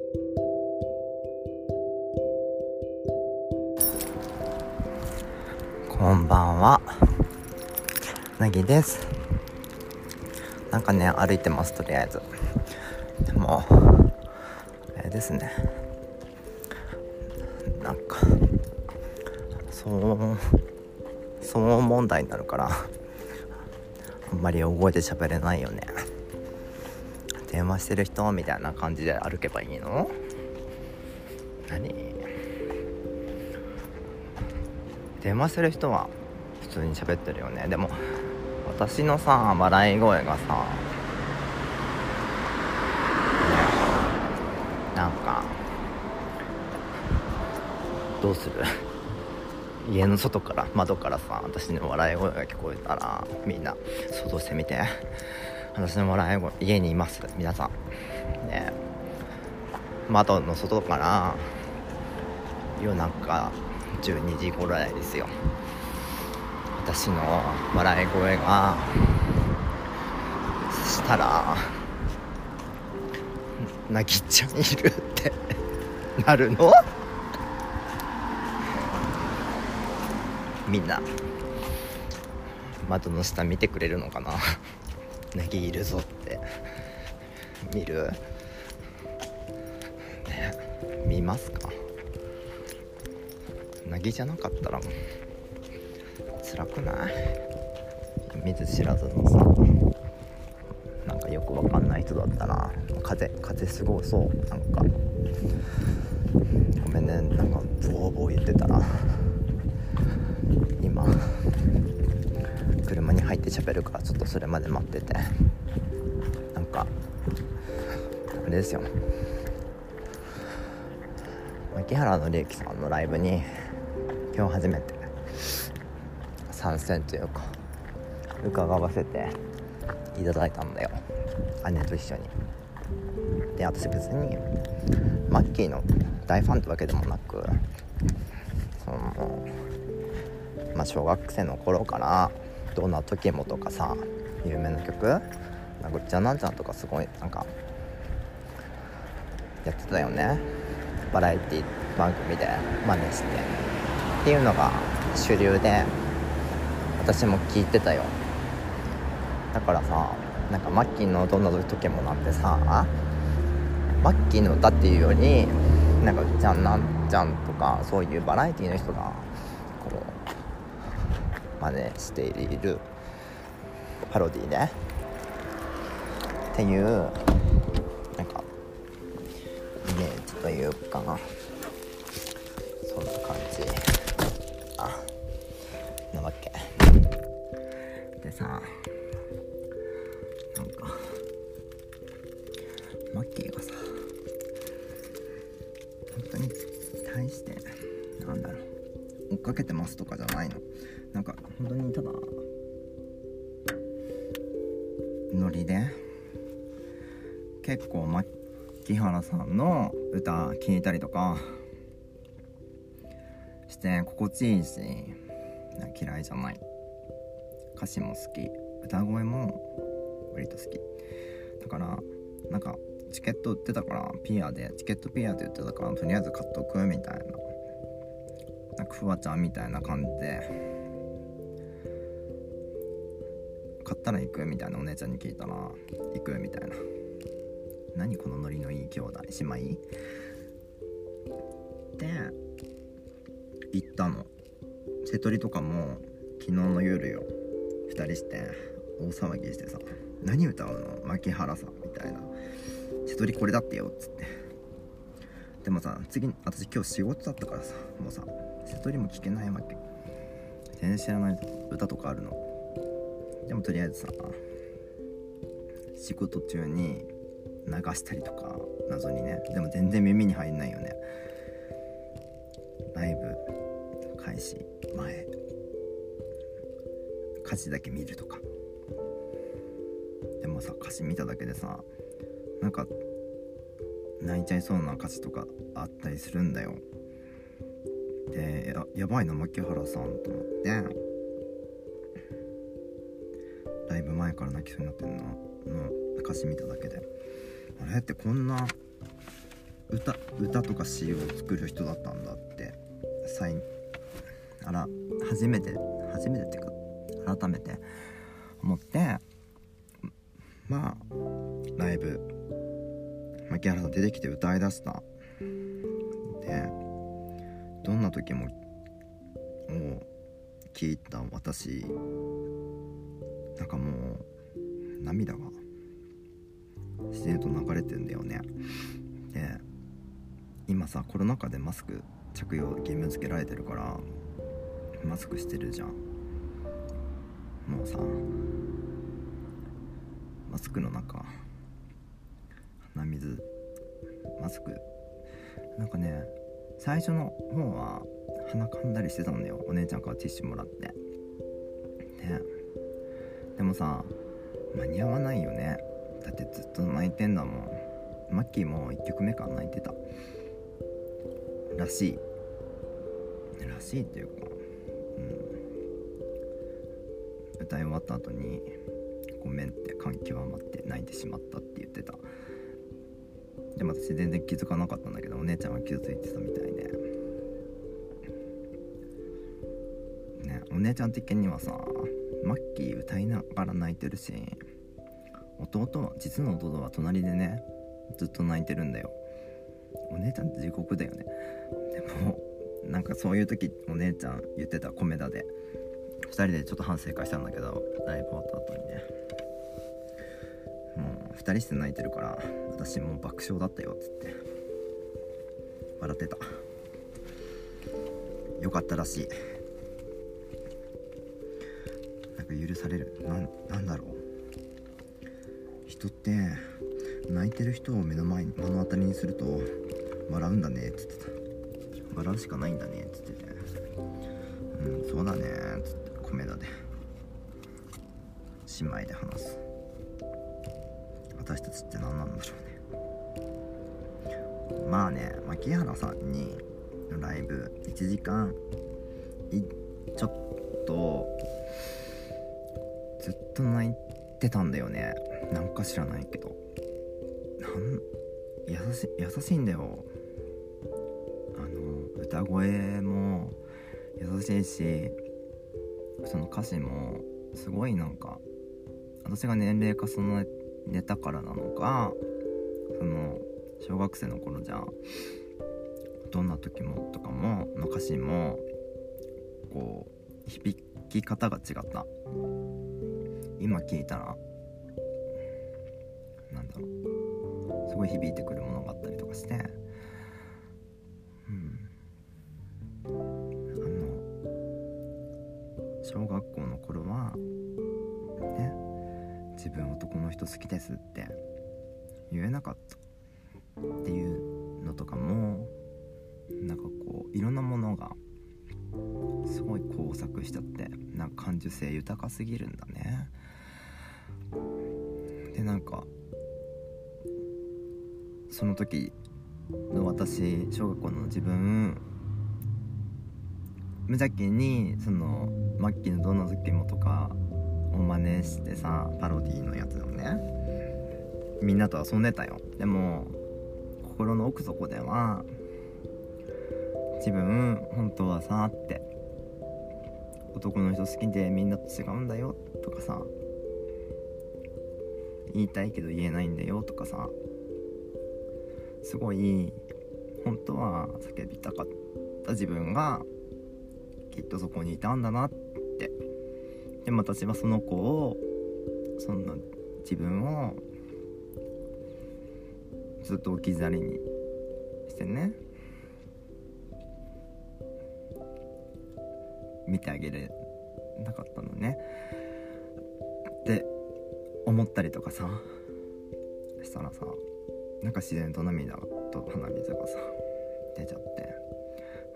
こんばんは、なぎです。なんかね、歩いてます。とりあえずでもあれですね、なんかそう問題になるからあんまり大声で喋れないよね。電話してる人みたいな感じで歩けばいいの？何？電話してる人は普通に喋ってるよね。でも私のさ、笑い声がさ、なんかどうする？家の外から窓からさ、私の笑い声が聞こえたらみんな想像してみて。私の笑い声、家にいます皆さんね。窓の外から夜中12時ぐらいですよ、私の笑い声がしたらなぎちゃんいるってなるの？みんな窓の下見てくれるのかな？なぎいるぞって見る？ね、見ますか？なぎじゃなかったら辛くない？見ず知らずのさ、なんかよくわかんない人だったら風すごそう、なんかごめんね、なんかボーボー言ってたら今車に入って喋るからちょっとそれまで待ってて。なんかあれですよ、牧原紀之さんのライブに今日初めて参戦というか伺わせていただいたんだよ、姉と一緒に。で、私別にマッキーの大ファンってわけでもなく、小学生の頃からどんな時もとかさ、有名な曲なんかじゃなんちゃんとかすごいなんかやってたよね、バラエティ番組で真似してっていうのが主流で、私も聞いてたよ。だからさ、なんかマッキーのどんな時もなんてさ、マッキーの歌っていうよりなんかじゃんなんちゃんとかそういうバラエティの人がこう真似しているパロディでっていうなんかイメージというか、そんな感じなわけでさ、なんかマッキーがさ、本当に対してなんだろう、追っかけてますとかじゃないの。なんか本当にただノリで結構牧原さんの歌聴いたりとかして心地いいし、嫌いじゃない。歌詞も好き、歌声も割と好きだから、なんかチケット売ってたからチケットピアで売ってたから、とりあえず買っとくみたいな、なんかフワちゃんみたいな感じで買ったら行くみたいな、お姉ちゃんに聞いたら行くみたいな。何このノリのいい兄弟姉妹で行ったの。瀬戸りとかも昨日の夜よ、2人して大騒ぎしてさ、何歌うの牧原さんみたいな、瀬戸りこれだってよっつって。でもさ、次私今日仕事だったからさ、もうさ瀬戸りも聞けないわけ。全然知らない歌とかあるの。でもとりあえずさ、仕事中に流したりとか謎にね、でも全然耳に入んないよね。ライブ開始前歌詞だけ見るとか。でもさ、歌詞見ただけでさ、なんか泣いちゃいそうな歌詞とかあったりするんだよ。で、やばいな牧原さんと思って、ライブ前から泣きそうになってんの歌詞見ただけで、あれってこんな歌とか詩を作る人だったんだって初めてっていうか改めて思って、まあライブ牧原さん出てきて歌いだしたで、どんな時も聞いた私、なんかもう涙が自然と流れてんだよね。で今さコロナ禍でマスク着用義務付けられてるからマスクしてるじゃん。もうさマスクの中鼻水マスクなんかね、最初の方は鼻かんだりしてたんだよ、お姉ちゃんからティッシュもらって。でもさ間に合わないよね、だってずっと泣いてんだもん。マッキーも1曲目から泣いてたらしいっていうか、歌い終わった後にごめんって感極まって泣いてしまったって言ってた。でも私全然気づかなかったんだけど、お姉ちゃんは気づいてたみたいでね。お姉ちゃん的にはさマッキー歌いながら泣いてるし、実の弟は隣でねずっと泣いてるんだよ。お姉ちゃんって地獄だよね。でもなんかそういう時お姉ちゃん言ってた、コメダで2人でちょっと反省会したんだけど、ライブ終わった後にね、もう2人して泣いてるから私もう爆笑だったよっつって笑ってた。よかったらしい。なんか許される、なんだろう、人って泣いてる人を目の当たりにすると笑うんだねっつってた。笑うしかないんだねっつってて、そうだねっつってコメダで姉妹で話す。私たちって何なんでしょうね。まあね、牧原さんにライブ1時間ちょっとずっと泣いてたんだよね。なんか知らないけど優しいんだよ。歌声も優しいし、その歌詞もすごいなんか私が年齢重ねたからなのか、その小学生の頃じゃどんな時もとかもの歌詞もこう響き方が違った。今聞いたらなんだろう、すごい響いてくるものがあったりとかして、小学校の頃はね、自分男の人好きですって言えなかったっていうのとかも、なんかこういろんなものがすごい交錯しちゃって、なんか感受性豊かすぎるんだね。でなんかその時の私、小学校の自分、無邪気にそのマッキーのどんな時もとかを真似してさ、パロディのやつをねみんなと遊んでたよ。でも心の奥底では自分本当はさって男の人好きでみんなと違うんだよとかさ言いたいけど言えないんだよとかさ、すごい本当は叫びたかった自分がきっとそこにいたんだなって。でも私はその子を、そんな自分をずっと置き去りにしてね、見てあげれなかったのねって思ったりとかさしたらさ、なんか自然と涙と鼻水がさ出ちゃって、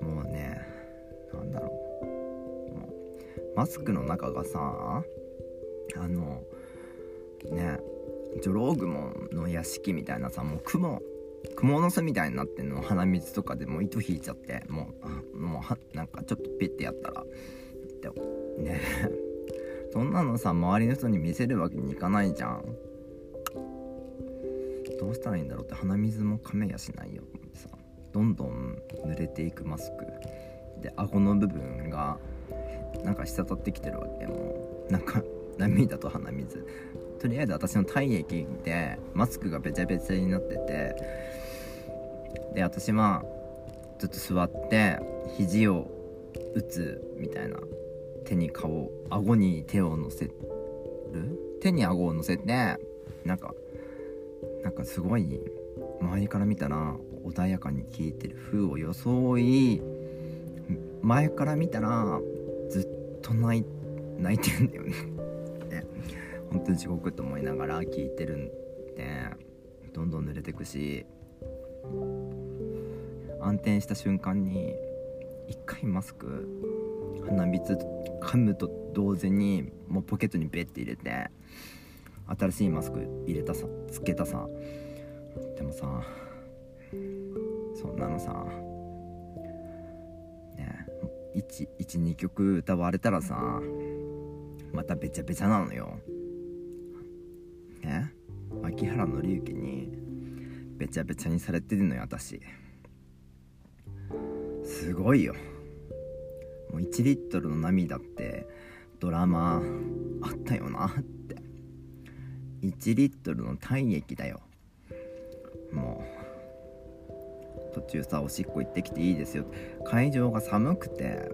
もうね、なんだろう、もうマスクの中がさね、ジョロウグモの屋敷みたいなさ、もう蜘蛛の巣みたいになってんの、鼻水とかでもう糸引いちゃって、もうなんかちょっとピッてやったらねそんなのさ周りの人に見せるわけにいかないじゃん。 どうしたらいいんだろうって、鼻水も噛めやしないよってさ、どんどん濡れていくマスクで、顎の部分がなんか滴ってきてるわけ。もうなんか涙と鼻水、とりあえず私の体液でマスクがべちゃべちゃになってて、で私はずっと座って肘を打つみたいな、手に顎に手を乗せる、手に顎を乗せて、なんかすごい周りから見たら穏やかに効いてる風を装い、前から見たらずっと泣いてんだよねで本当に地獄と思いながら聞いてるんで、どんどん濡れてくし、暗転した瞬間に一回マスク鼻水噛むと同時にもうポケットにベッて入れて、新しいマスクつけたさ。でもさ、そんなのさね、1,2 曲歌われたらさ、またべちゃべちゃなのよね。牧原紀之にべちゃべちゃにされてるのよ私。すごいよ。もう1リットルの涙ってドラマあったよなって。1リットルの体液だよ。もう途中さ、おしっこ行ってきていいですよ、会場が寒くて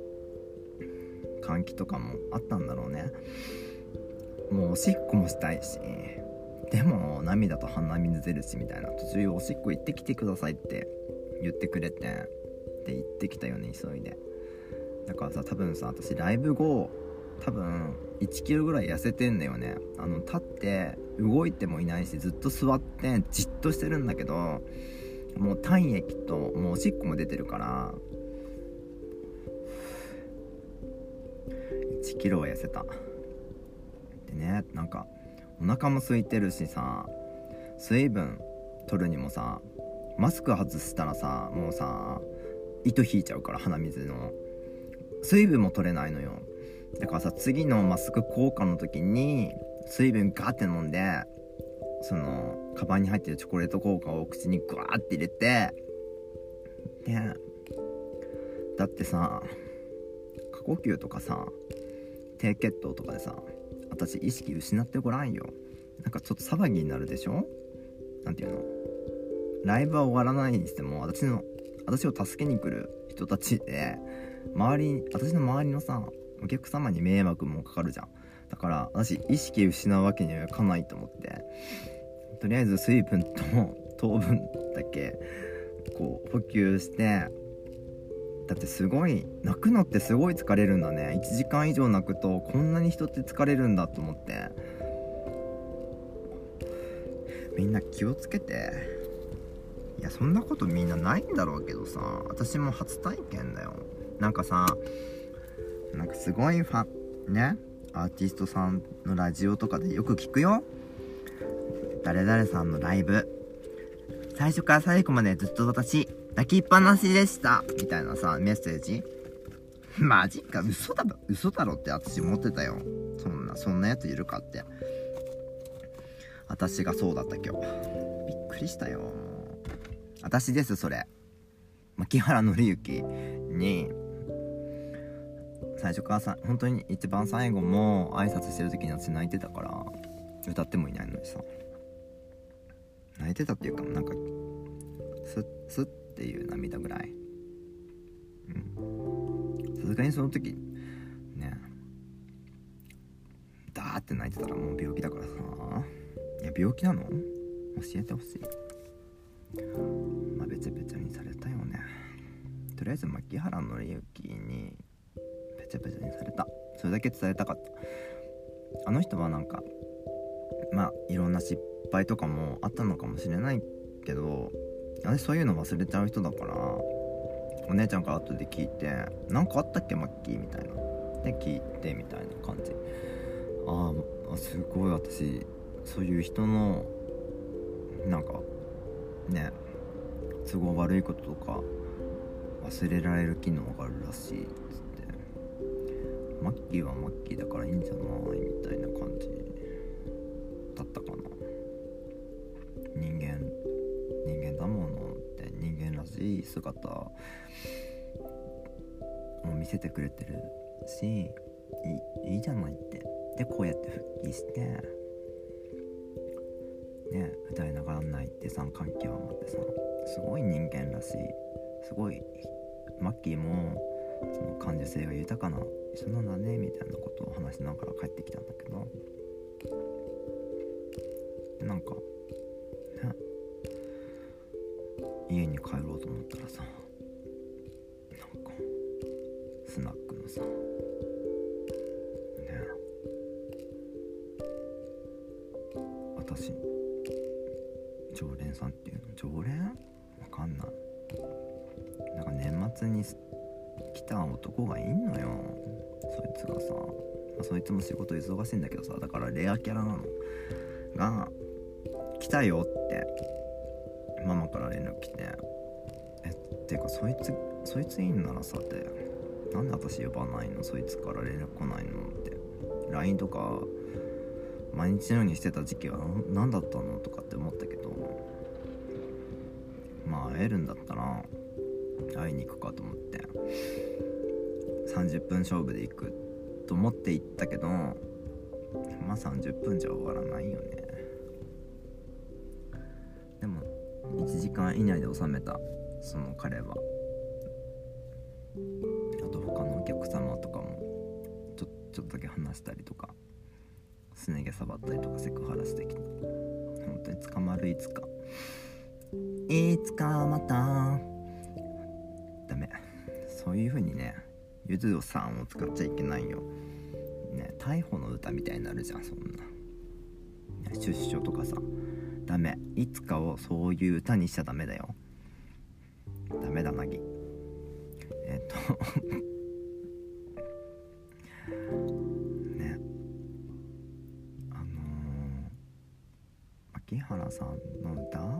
換気とかもあったんだろうね。もうおしっこもしたいし、でも涙と鼻水出るしみたいな、途中おしっこ行ってきてくださいって言ってくれて、で行ってきたよね、急いで。だからさ、多分さ、私ライブ後多分1キロぐらい痩せてんだよね。立って動いてもいないし、ずっと座ってじっとしてるんだけど、もう体液ともうおしっこも出てるから1キロは痩せた。でね、なんかお腹も空いてるしさ、水分取るにもさ、マスク外したらさ、もうさ糸引いちゃうから、鼻水の水分も取れないのよ。だからさ、次のマスク交換の時に水分ガーって飲んで、そのカバンに入ってるチョコレート効果を口にグワーって入れて、でだってさ、過呼吸とかさ、低血糖とかでさ、私意識失ってごらんよ。なんかちょっと騒ぎになるでしょ。なんていうの、ライブは終わらないにしても、私を助けに来る人たちで、私の周りのさ、お客様に迷惑もかかるじゃん。だから私意識失うわけにはいかないと思って、とりあえず水分と糖分だけこう補給して、だってすごい、泣くのってすごい疲れるんだね。1時間以上泣くとこんなに人って疲れるんだと思って、みんな気をつけて。いや、そんなことみんなないんだろうけどさ、私も初体験だよ。なんかさ、なんかすごいファンね、アーティストさんのラジオとかでよく聞くよ。誰々さんのライブ、最初から最後までずっと私泣きっぱなしでしたみたいなさ、メッセージ。マジか、嘘だろって私思ってたよ。そんなやついるかって。私がそうだった今日。びっくりしたよ。もう私です、それ。牧原紀之に最初からさ、本当に一番最後も挨拶してる時に私泣いてたから、歌ってもいないのにさ、泣いてたっていうか、なんかスッっていう涙ぐらい。さすがにその時ね、ダーって泣いてたらもう病気だからさ。いや、病気なの？教えてほしい。まあべちゃべちゃにされたよね。とりあえず牧原紀之にべちゃべちゃにされた、それだけ伝えたかった。あの人はなんかまあいろんな失敗とかもあったのかもしれないけど、私そういうの忘れちゃう人だから、お姉ちゃんから後で聞いて、なんかあったっけマッキーみたいなで聞いてみたいな感じ。すごい、私そういう人のなんかね、都合悪いこととか忘れられる機能があるらしいっつって、マッキーはマッキーだからいいんじゃないみたいな感じだったかな。 人間だものって人間らしい姿を見せてくれてるし、いいじゃないって。でこうやって復帰してね、歌いながら泣いてさ、感極まってさ、すごい人間らしい、すごいマッキーもその感受性が豊かな人なんだねみたいなことを話しながら帰ってきたんだけど、なんかね、家に帰ろうと思ったらさ、なんかスナックのさね、私常連さんっていうの、常連？わかんない。なんか年末に来た男がいんのよ。そいつがさ、そいつも仕事忙しいんだけどさ、だからレアキャラなのが来たよってママから連絡来て、っていうかそいついいんならさってなんで私呼ばないの、そいつから連絡来ないのって、 LINE とか毎日のようにしてた時期は何だったのとかって思ったけど、まあ会えるんだったら会いに行くかと思って30分勝負で行くと思って行ったけど、まあ30分じゃ終わらないよね。でも1時間以内で収めたその彼は、あと他のお客様とかもちょっとだけ話したりとか、すね毛触ったりとかセクハラしてきて、本当に捕まる。いつかまたダメ、そういう風にね、ゆずさんを使っちゃいけないよね。逮捕の歌みたいになるじゃん、そんな出所とかさ、ダメ。いつかをそういう歌にしちゃダメだよ。ダメだなぎ。ね、秋原さんの歌、ほ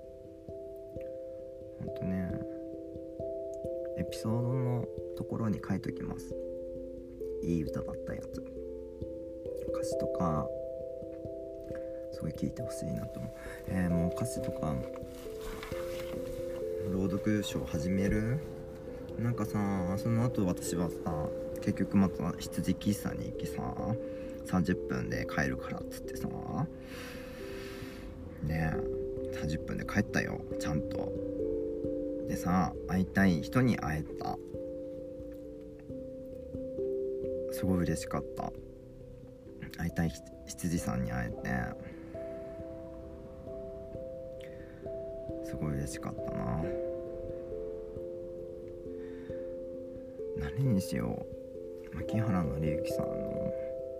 んとね、エピソードのところに書いときます。いい歌だったやつ、歌詞とかすごい聴いてほしいなと思う。もう歌詞とか朗読書を始める。なんかさ、その後私はさ、結局また羊喫茶に行きさ、30分で帰るからっつってさね、30分で帰ったよ、ちゃんと。でさ、会いたい人に会えた。すごい嬉しかった。会いたい羊さんに会えてすごい嬉しかったな。何にしよう。牧原紀之さんの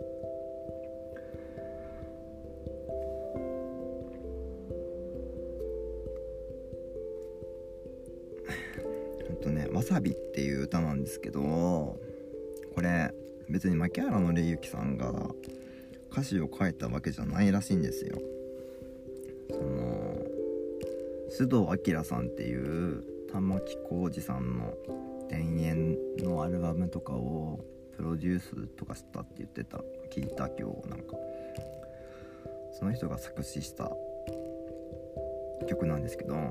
わさびっていう歌なんですけど、これ別に牧原紀之さんが歌詞を書いたわけじゃないらしいんですよ。その須藤明さんっていう玉置浩二さんの田園のアルバムとかをプロデュースとかしたって言ってた、聞いた今日。なんかその人が作詞した曲なんですけど、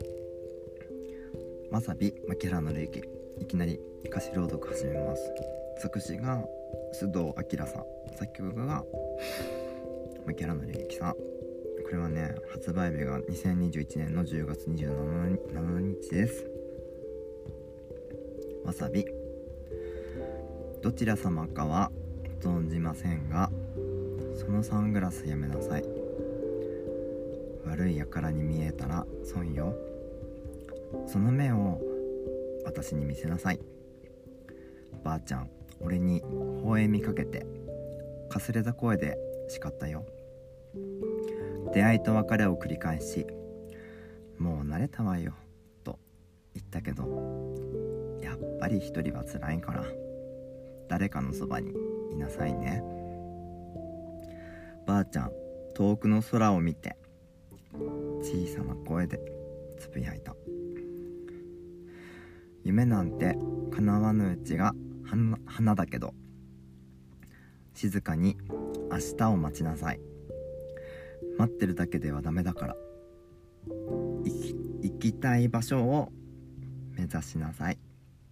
わさび牧原紀之、いきなり歌詞朗読始めます。作詞が須藤明さん、作曲が牧原紀之さん。これはね、発売日が2021年の10月27日です。わさび。どちら様かは存じませんが、そのサングラスやめなさい。悪い輩に見えたら損よ。その目を私に見せなさい。ばあちゃん、俺に微笑みかけてかすれた声で叱ったよ。出会いと別れを繰り返し、もう慣れたわよと言ったけど、やっぱり一人は辛いから誰かのそばにいなさいね。ばあちゃん、遠くの空を見て小さな声でつぶやいた。夢なんて叶わぬうちが花だけど、静かに明日を待ちなさい。待ってるだけではダメだから行きたい場所を目指しなさい。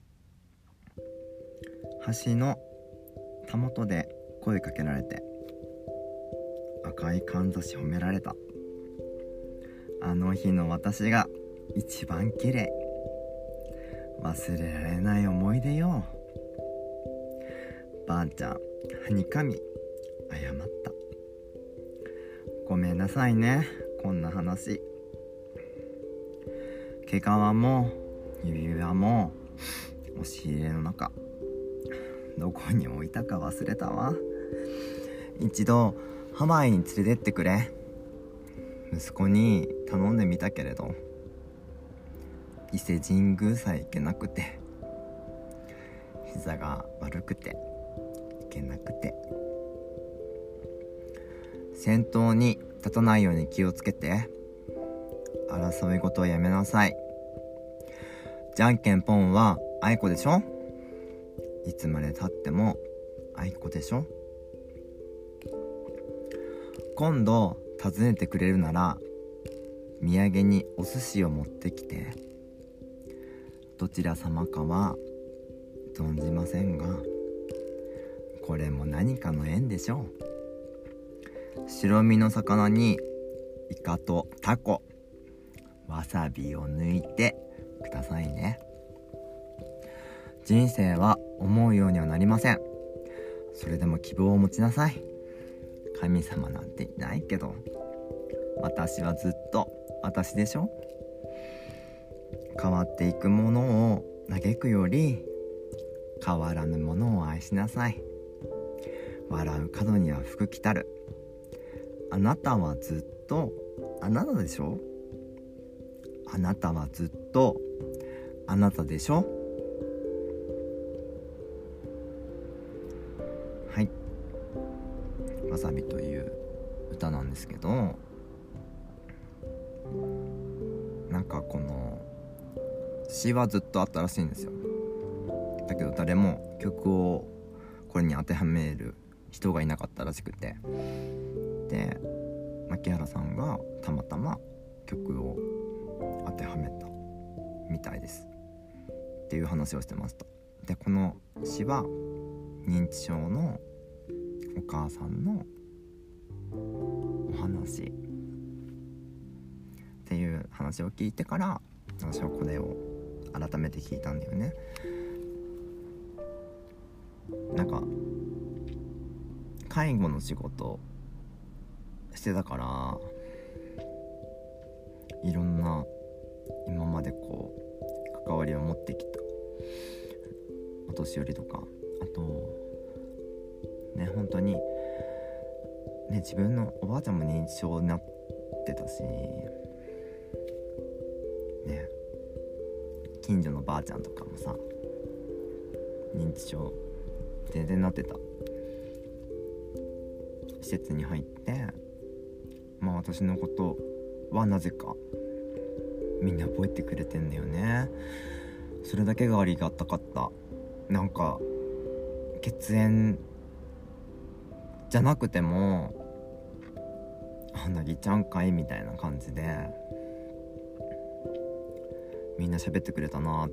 橋のたもとで声かけられて、赤いかんざし褒められた。あの日の私が一番綺麗。忘れられない思い出よ。ばあちゃん、はにかみ謝った。ごめんなさいね、こんな話。毛皮も指輪も押し入れの中、どこに置いたか忘れたわ。一度ハワイに連れてってくれ。息子に頼んでみたけれど、伊勢神宮さえ行けなくて、膝が悪くて行けなくて。先頭に立たないように気をつけて。争い事はやめなさい。じゃんけんぽんはあいこでしょ。いつまで経ってもあいこでしょ。今度訪ねてくれるなら土産にお寿司を持ってきて。どちら様かは存じませんが、これも何かの縁でしょう。白身の魚にイカとタコ、わさびを抜いてくださいね。人生は思うようにはなりません。それでも希望を持ちなさい。神様なんていないけど、私はずっと私でしょ。変わっていくものを嘆くより、変わらぬものを愛しなさい。笑う角には福来たる。あなたはずっとあなたでしょ。あなたはずっとあなたでしょ。はい、わさびという歌なんですけど、なんかこの詩はずっとあったらしいんですよ。だけど誰も曲をこれに当てはめる人がいなかったらしくて、で牧原さんがたまたま曲を当てはめたみたいですっていう話をしてました。でこの詩は認知症のお母さんのお話っていう話を聞いてから、私はこれを改めて聞いたんだよね。なんか介護の仕事してたから、いろんな今までこう関わりを持ってきたお年寄りとか、あとね、本当にね、自分のおばあちゃんも認知症になってたしね、近所のばあちゃんとかもさ、認知症全然なってた。施設に入って、私のことはなぜかみんな覚えてくれてんだよね。それだけがありがたかった。なんか血縁じゃなくても、なぎちゃんかいみたいな感じでみんな喋ってくれたなって、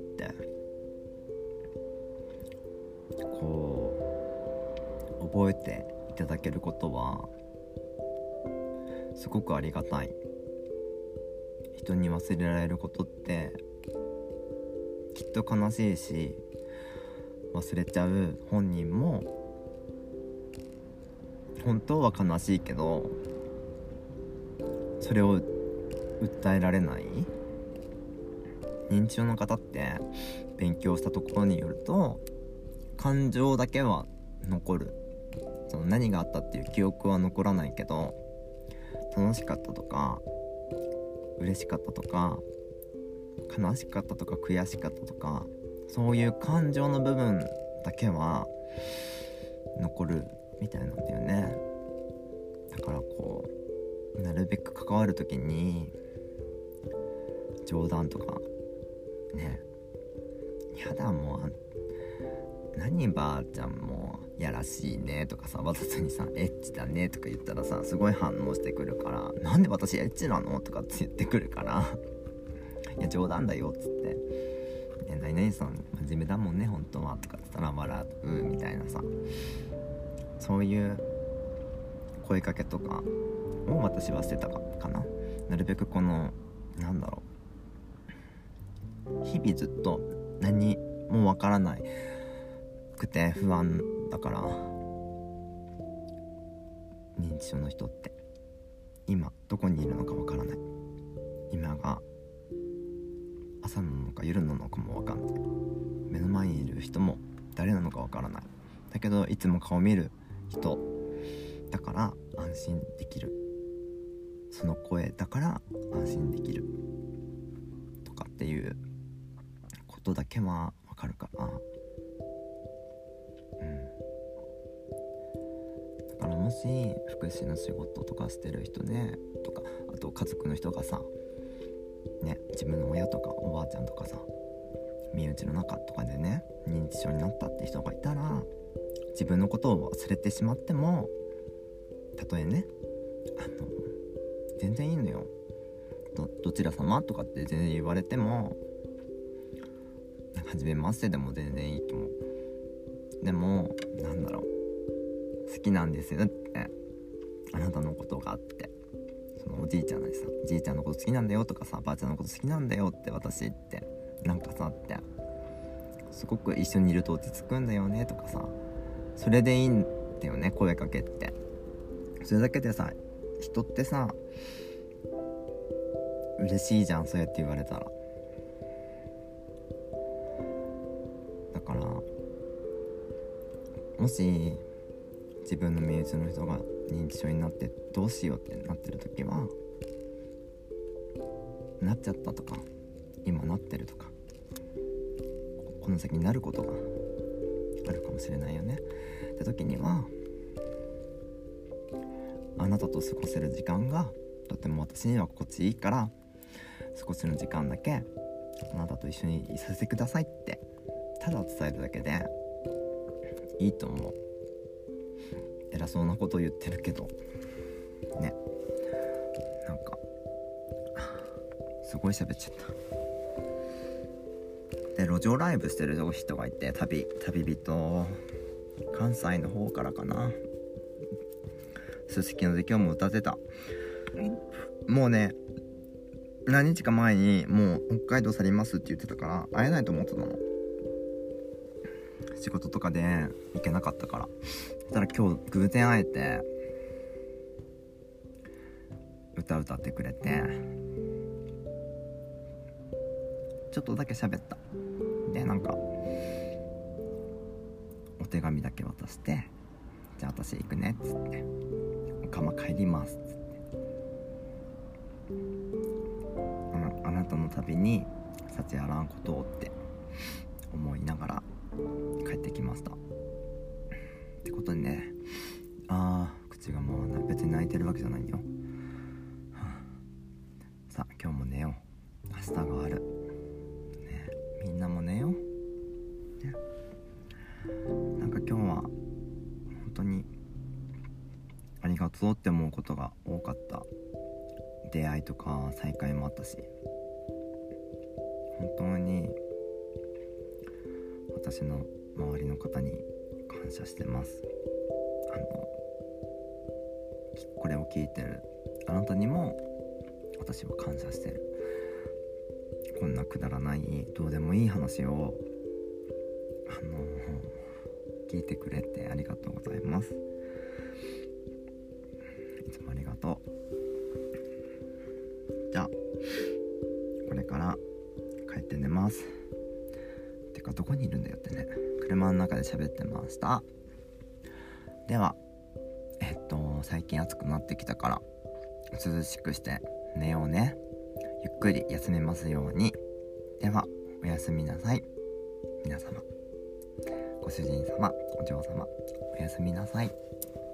こう覚えていただけることはすごくありがたい。人に忘れられることってきっと悲しいし、忘れちゃう本人も本当は悲しいけど、それを訴えられない。認知症の方って勉強したところによると、感情だけは残る。その何があったっていう記憶は残らないけど、楽しかったとか嬉しかったとか悲しかったとか悔しかったとか、そういう感情の部分だけは残るみたいなんだよね。だからこうなるべく関わるときに冗談とかね、やだもう何ばあちゃんもやらしいねとかさ、わざとにさエッチだねとか言ったらさ、すごい反応してくるから、なんで私エッチなのとかって言ってくるからいや冗談だよっつって、何々さん真面目だもんね本当はとかって言ったら笑うみたいなさ、そういう声かけとかを私はしてたかな。なるべくこのなんだろう、日々ずっと何もわからないくて不安だから、認知症の人って今どこにいるのかわからない、今が朝なのか夜なのかもわかんない、目の前にいる人も誰なのかわからない、だけどいつも顔見る人だから安心できる、その声だから安心できるとかっていうことだけはわかるから、だからもし福祉の仕事とかしてる人ねとか、あと家族の人がさね、自分の親とかおばあちゃんとかさ、身内の中とかでね認知症になったって人がいたら、自分のことを忘れてしまっても、たとえね全然いいのよ、どちら様とかって全然言われても、初めましてでも全然いいと思う。でもなんだろう、好きなんですよってあなたのことがあって、そのおじいちゃんにさ、じいちゃんのこと好きなんだよとかさ、ばあちゃんのこと好きなんだよって私ってなんかさってすごく一緒にいると落ち着くんだよねとかさ、それでいいんだよね、声かけって。それだけでさ、人ってさ嬉しいじゃん、そうやって言われたら。だからもし自分の身内の人が認知症になってどうしようってなってる時は、なっちゃったとか今なってるとか、この先になることがあるかもしれないよねって時には、あなたと過ごせる時間がとても私には心地いいから、少しの時間だけあなたと一緒にいさせてくださいってただ伝えるだけでいいと思う。偉そうなことを言ってるけどね、なんかすごい喋っちゃった。で路上ライブしてる人がいて、旅人、関西の方からかな、すすきので今日も歌ってた。もうね何日か前にもう北海道去りますって言ってたから会えないと思ってたの、仕事とかで行けなかったから。そしたら今日偶然会えて歌ってくれて、ちょっとだけ喋った。でなんかお手紙だけ渡して、じゃあ私行くねっつって、お釜帰りますっつって、あなたの旅に幸あらんことをって思いながら帰ってきましたってことでね、口が回らない。別に泣いてるわけじゃないよ、さあ今日も寝よう、明日がある、ね、みんなも寝よう、ね、なんか今日は本当にありがとうって思うことが多かった。出会いとか再会もあったし、本当に私の周りの方に感謝してます。これを聞いてるあなたにも私は感謝してる。こんなくだらないどうでもいい話を聞いてくれてありがとうございます。いつもありがとう。じゃあこれから帰って寝ます。てかどこにいるんだよってね、車の中で喋ってました。では最近暑くなってきたから涼しくして寝ようね。ゆっくり休めますように。ではおやすみなさい皆様。ご主人様、お嬢様、おやすみなさい。